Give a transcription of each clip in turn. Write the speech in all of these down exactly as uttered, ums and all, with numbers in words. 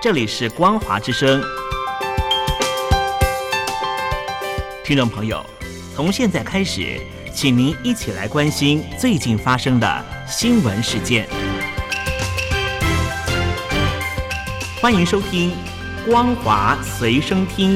这里是光华之声。听众朋友，从现在开始，请您一起来关心最近发生的新闻事件。欢迎收听光华随身听。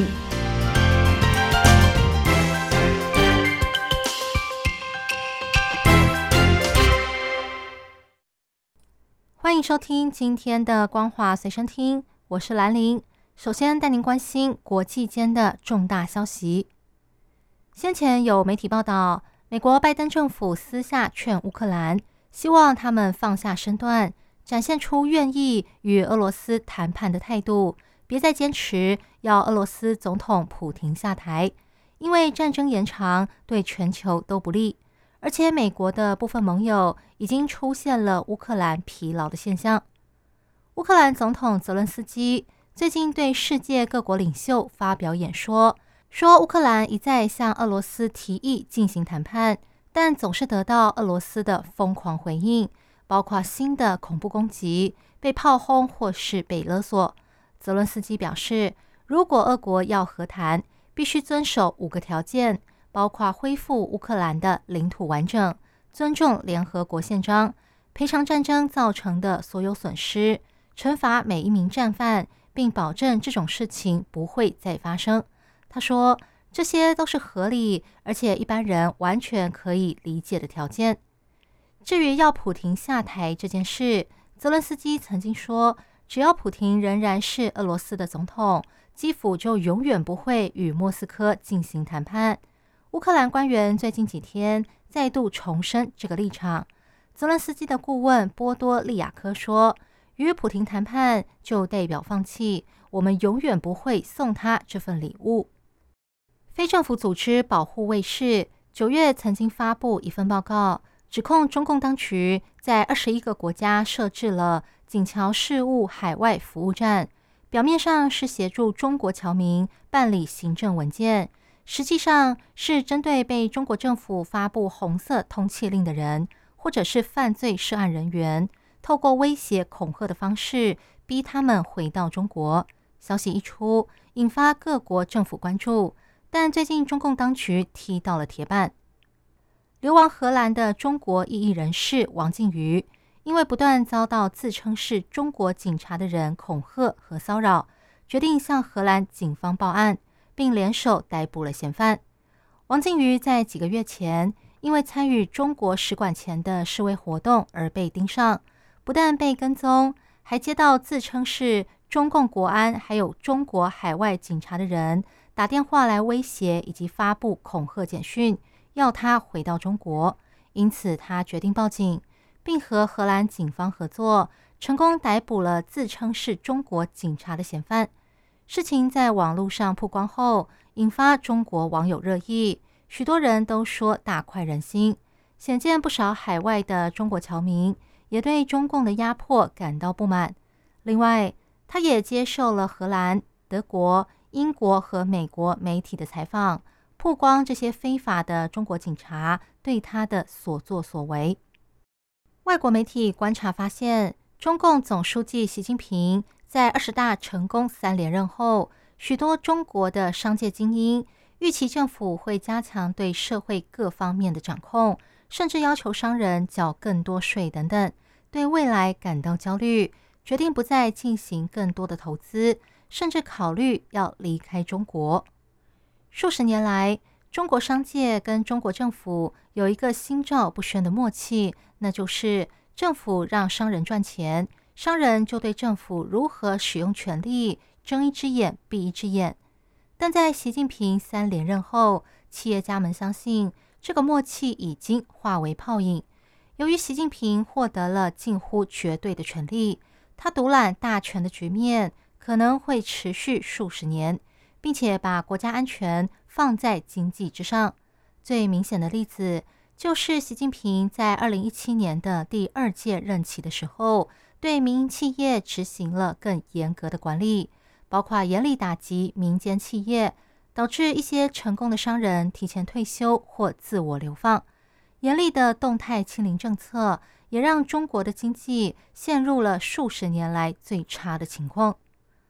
欢迎收听今天的光华随身听，我是兰玲。首先带您关心国际间的重大消息。先前有媒体报道，美国拜登政府私下劝乌克兰，希望他们放下身段，展现出愿意与俄罗斯谈判的态度，别再坚持要俄罗斯总统普亭下台，因为战争延长对全球都不利。而且美国的部分盟友已经出现了乌克兰疲劳的现象。乌克兰总统泽伦斯基最近对世界各国领袖发表演说，说乌克兰一再向俄罗斯提议进行谈判，但总是得到俄罗斯的疯狂回应，包括新的恐怖攻击、被炮轰或是被勒索。泽伦斯基表示，如果俄国要和谈，必须遵守五个条件，包括恢复乌克兰的领土完整、尊重联合国宪章、赔偿战争造成的所有损失、惩罚每一名战犯，并保证这种事情不会再发生。他说，这些都是合理，而且一般人完全可以理解的条件。至于要普亭下台这件事，泽伦斯基曾经说，只要普亭仍然是俄罗斯的总统，基辅就永远不会与莫斯科进行谈判。乌克兰官员最近几天再度重申这个立场。泽伦斯基的顾问波多利亚科说，与普亭谈判就代表放弃，我们永远不会送他这份礼物。非政府组织保护卫士九月曾经发布一份报告，指控中共当局在二十一个国家设置了警侨事务海外服务站，表面上是协助中国侨民办理行政文件，实际上是针对被中国政府发布红色通缉令的人，或者是犯罪涉案人员，透过威胁恐吓的方式逼他们回到中国。消息一出，引发各国政府关注，但最近中共当局踢到了铁板。流亡荷兰的中国异议人士王靖瑜，因为不断遭到自称是中国警察的人恐吓和骚扰，决定向荷兰警方报案，并联手逮捕了嫌犯。王靖瑜在几个月前因为参与中国使馆前的示威活动而被盯上，不但被跟踪，还接到自称是中共国安还有中国海外警察的人打电话来威胁以及发布恐吓简讯，要他回到中国。因此他决定报警，并和荷兰警方合作，成功逮捕了自称是中国警察的嫌犯。事情在网络上曝光后，引发中国网友热议，许多人都说大快人心，显见不少海外的中国侨民也对中共的压迫感到不满。另外，他也接受了荷兰、德国、英国和美国媒体的采访，曝光这些非法的中国警察对他的所作所为。外国媒体观察发现，中共总书记习近平在二十大成功三连任后，许多中国的商界精英预期政府会加强对社会各方面的掌控，甚至要求商人缴更多税等等，对未来感到焦虑，决定不再进行更多的投资，甚至考虑要离开中国。数十年来，中国商界跟中国政府有一个心照不宣的默契，那就是政府让商人赚钱，商人就对政府如何使用权力睁一只眼闭一只眼。但在习近平三连任后，企业家们相信这个默契已经化为泡影。由于习近平获得了近乎绝对的权力，他独揽大权的局面可能会持续数十年，并且把国家安全放在经济之上。最明显的例子就是习近平在二零一七年的第二届任期的时候，对民营企业执行了更严格的管理，包括严厉打击民间企业，导致一些成功的商人提前退休或自我流放。严厉的动态清零政策也让中国的经济陷入了数十年来最差的情况。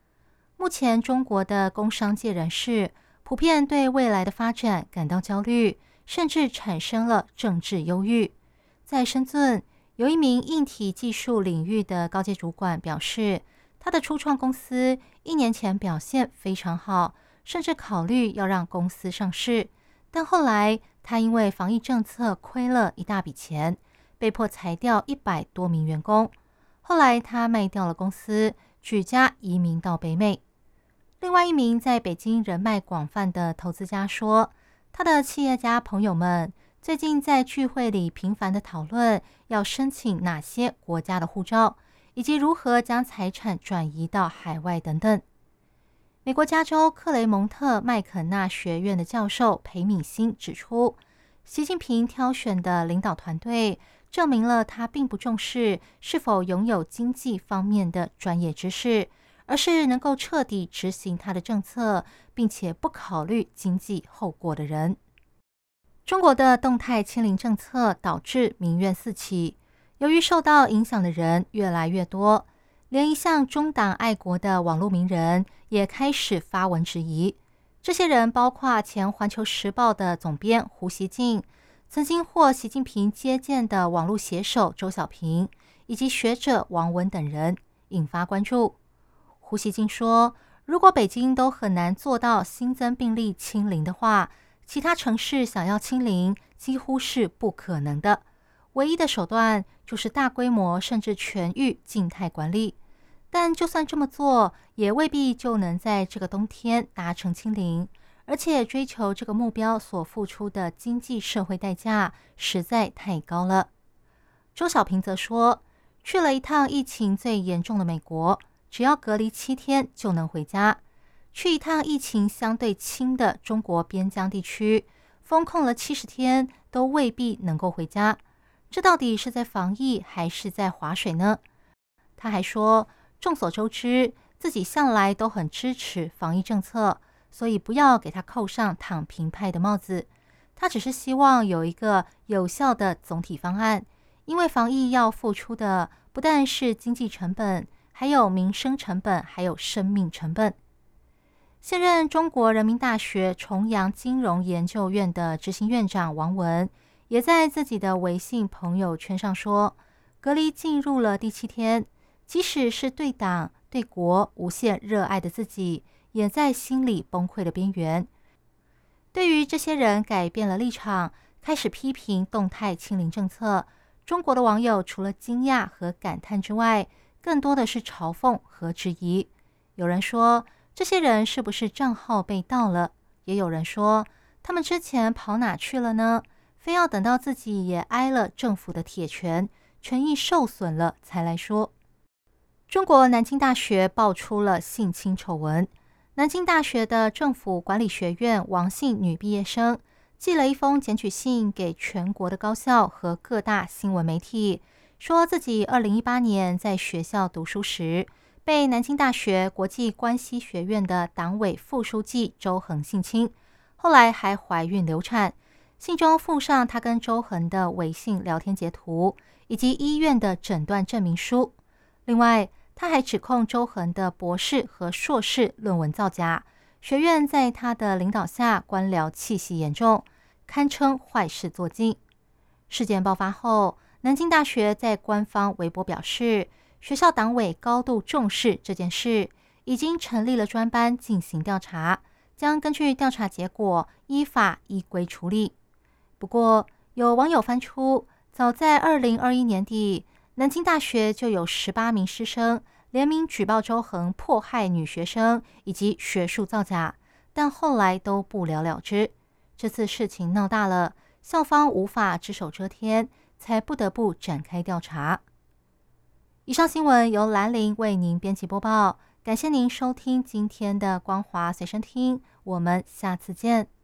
目前中国的工商界人士普遍对未来的发展感到焦虑，甚至产生了政治忧郁。在深圳，有一名硬体技术领域的高阶主管表示，他的初创公司一年前表现非常好，甚至考虑要让公司上市，但后来他因为防疫政策亏了一大笔钱，被迫裁掉一百多名员工。后来他卖掉了公司，举家移民到北美。另外一名在北京人脉广泛的投资家说，他的企业家朋友们最近在聚会里频繁地讨论要申请哪些国家的护照，以及如何将财产转移到海外等等。美国加州克雷蒙特麦肯纳学院的教授裴敏欣指出，习近平挑选的领导团队证明了他并不重视是否拥有经济方面的专业知识，而是能够彻底执行他的政策，并且不考虑经济后果的人。中国的动态清零政策导致民怨四起，由于受到影响的人越来越多，连一向中党爱国的网络名人也开始发文质疑。这些人包括前环球时报的总编胡锡进，曾经获习近平接见的网络写手周小平，以及学者王文等人，引发关注。胡锡进说，如果北京都很难做到新增病例清零的话，其他城市想要清零几乎是不可能的，唯一的手段就是大规模甚至全域静态管理。但就算这么做，也未必就能在这个冬天达成清零，而且追求这个目标所付出的经济社会代价实在太高了。周小平则说，去了一趟疫情最严重的美国，只要隔离七天就能回家。去一趟疫情相对轻的中国边疆地区，封控了七十天都未必能够回家。这到底是在防疫还是在划水呢？他还说，众所周知，自己向来都很支持防疫政策，所以不要给他扣上躺平派的帽子。他只是希望有一个有效的总体方案，因为防疫要付出的不但是经济成本，还有民生成本，还有生命成本。现任中国人民大学重阳金融研究院的执行院长王文也在自己的微信朋友圈上说，隔离进入了第七天，即使是对党对国无限热爱的自己，也在心里崩溃的边缘。对于这些人改变了立场，开始批评动态清零政策，中国的网友除了惊讶和感叹之外，更多的是嘲讽和质疑。有人说，这些人是不是账号被盗了？也有人说，他们之前跑哪去了呢？非要等到自己也挨了政府的铁拳，权益受损了才来说。中国南京大学爆出了性侵丑闻。南京大学的政府管理学院王姓女毕业生寄了一封检举信给全国的高校和各大新闻媒体，说自己二零一八年在学校读书时，被南京大学国际关系学院的党委副书记周恒性侵，后来还怀孕流产。信中附上他跟周恒的微信聊天截图，以及医院的诊断证明书。另外，他还指控周恒的博士和硕士论文造假，学院在他的领导下官僚气息严重，堪称坏事做尽。事件爆发后，南京大学在官方微博表示，学校党委高度重视这件事，已经成立了专班进行调查，将根据调查结果依法依规处理。不过，有网友翻出，早在二零二一年底，南京大学就有十八名师生联名举报周恒迫害女学生以及学术造假，但后来都不了了之。这次事情闹大了，校方无法只手遮天，才不得不展开调查。以上新闻由兰陵为您编辑播报，感谢您收听今天的光华随身听，我们下次见。